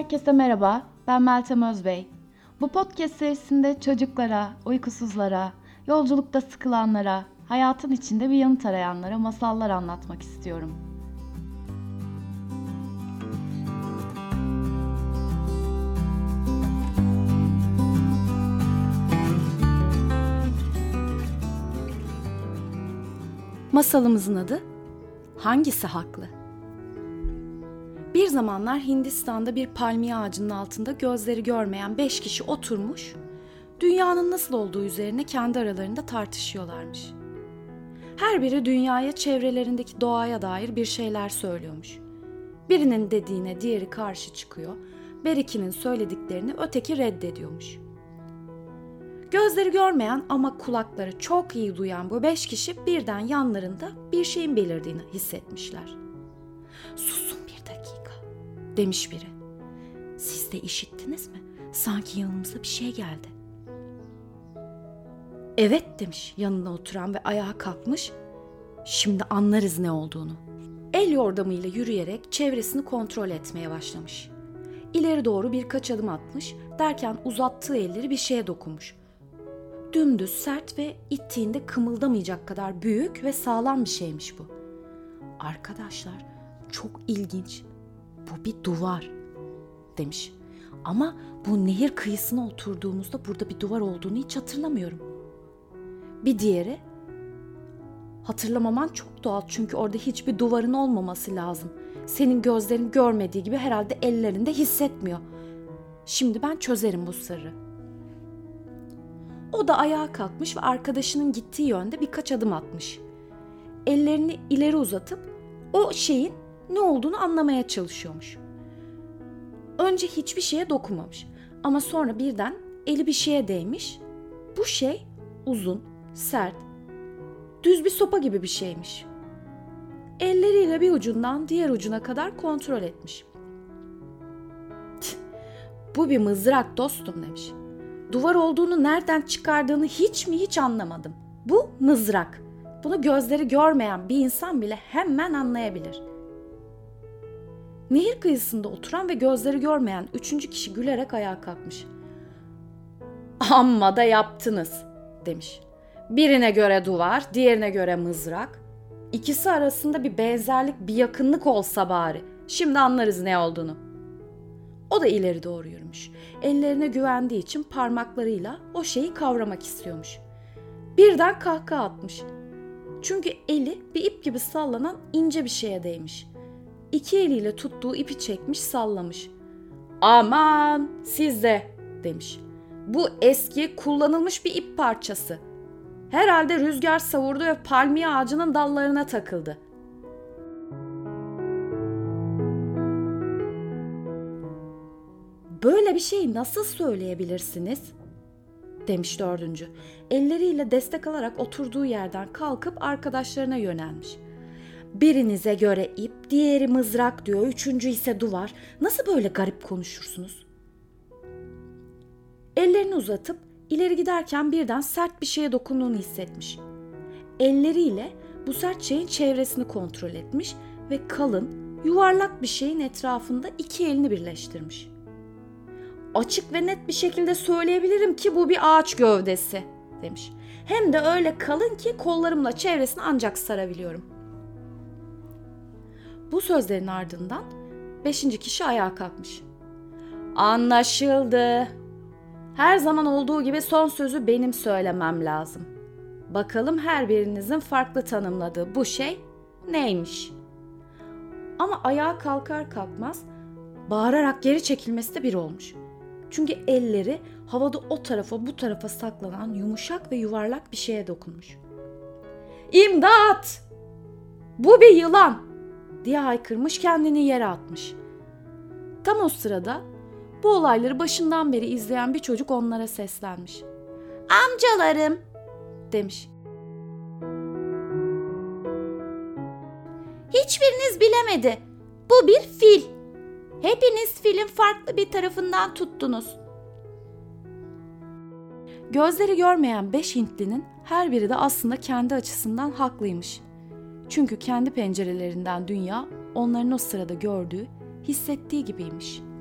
Herkese merhaba, ben Meltem Özbey. Bu podcast serisinde çocuklara, uykusuzlara, yolculukta sıkılanlara, hayatın içinde bir yanıt arayanlara masallar anlatmak istiyorum. Masalımızın adı Hangisi Haklı? Bir zamanlar Hindistan'da bir palmiye ağacının altında gözleri görmeyen 5 kişi oturmuş, dünyanın nasıl olduğu üzerine kendi aralarında tartışıyorlarmış. Her biri dünyaya, çevrelerindeki doğaya dair bir şeyler söylüyormuş. Birinin dediğine diğeri karşı çıkıyor, berikinin söylediklerini öteki reddediyormuş. Gözleri görmeyen ama kulakları çok iyi duyan bu 5 kişi birden yanlarında bir şeyin belirdiğini hissetmişler. "Susun bir dakika," demiş biri. "Siz de işittiniz mi? Sanki yanımıza bir şey geldi." "Evet," demiş yanına oturan ve ayağa kalkmış. "Şimdi anlarız ne olduğunu." El yordamıyla yürüyerek çevresini kontrol etmeye başlamış. İleri doğru birkaç adım atmış, derken uzattığı elleri bir şeye dokunmuş. Dümdüz, sert ve ittiğinde kımıldamayacak kadar büyük ve sağlam bir şeymiş bu. "Arkadaşlar, çok ilginç. Bu bir duvar," demiş. "Ama bu nehir kıyısına oturduğumuzda burada bir duvar olduğunu hiç hatırlamıyorum." Bir diğeri, "Hatırlamaman çok doğal çünkü orada hiçbir duvarın olmaması lazım. Senin gözlerin görmediği gibi herhalde ellerinde hissetmiyor. Şimdi ben çözerim bu sırrı." O da ayağa kalkmış ve arkadaşının gittiği yönde birkaç adım atmış. Ellerini ileri uzatıp o şeyin ne olduğunu anlamaya çalışıyormuş. Önce hiçbir şeye dokunmamış ama sonra birden eli bir şeye değmiş. Bu şey uzun, sert, düz bir sopa gibi bir şeymiş. Elleriyle bir ucundan diğer ucuna kadar kontrol etmiş. "Bu bir mızrak dostum," demiş. "Duvar olduğunu nereden çıkardığını hiç anlamadım. Bu mızrak. Bunu gözleri görmeyen bir insan bile hemen anlayabilir." Nehir kıyısında oturan ve gözleri görmeyen 3. kişi gülerek ayağa kalkmış. "Amma da yaptınız," demiş. "Birine göre duvar, diğerine göre mızrak. İkisi arasında bir benzerlik, bir yakınlık olsa bari. Şimdi anlarız ne olduğunu." O da ileri doğru yürümüş. Ellerine güvendiği için parmaklarıyla o şeyi kavramak istiyormuş. Birden kahkaha atmış. Çünkü eli bir ip gibi sallanan ince bir şeye değmiş. 2 eliyle tuttuğu ipi çekmiş, sallamış. "Aman siz de," demiş. "Bu eski, kullanılmış bir ip parçası. Herhalde rüzgar savurdu ve palmiye ağacının dallarına takıldı." "Böyle bir şeyi nasıl söyleyebilirsiniz?" demiş 4. Elleriyle destek alarak oturduğu yerden kalkıp arkadaşlarına yönelmiş. "Birinize göre ip, diğeri mızrak diyor, 3. ise duvar. Nasıl böyle garip konuşursunuz?" Ellerini uzatıp ileri giderken birden sert bir şeye dokunduğunu hissetmiş. Elleriyle bu sert şeyin çevresini kontrol etmiş ve kalın, yuvarlak bir şeyin etrafında 2 elini birleştirmiş. "Açık ve net bir şekilde söyleyebilirim ki bu bir ağaç gövdesi," demiş. "Hem de öyle kalın ki kollarımla çevresini ancak sarabiliyorum." Bu sözlerin ardından 5. kişi ayağa kalkmış. "Anlaşıldı. Her zaman olduğu gibi son sözü benim söylemem lazım. Bakalım her birinizin farklı tanımladığı bu şey neymiş?" Ama ayağa kalkar kalkmaz bağırarak geri çekilmesi de bir olmuş. Çünkü elleri havada o tarafa bu tarafa saklanan yumuşak ve yuvarlak bir şeye dokunmuş. "İmdat! Bu bir yılan!" diye haykırmış, kendini yere atmış. Tam o sırada bu olayları başından beri izleyen bir çocuk onlara seslenmiş. "Amcalarım," demiş. "Hiçbiriniz bilemedi. Bu bir fil. Hepiniz filin farklı bir tarafından tuttunuz." Gözleri görmeyen 5 Hintlinin her biri de aslında kendi açısından haklıymış. Çünkü kendi pencerelerinden dünya onların o sırada gördüğü, hissettiği gibiymiş.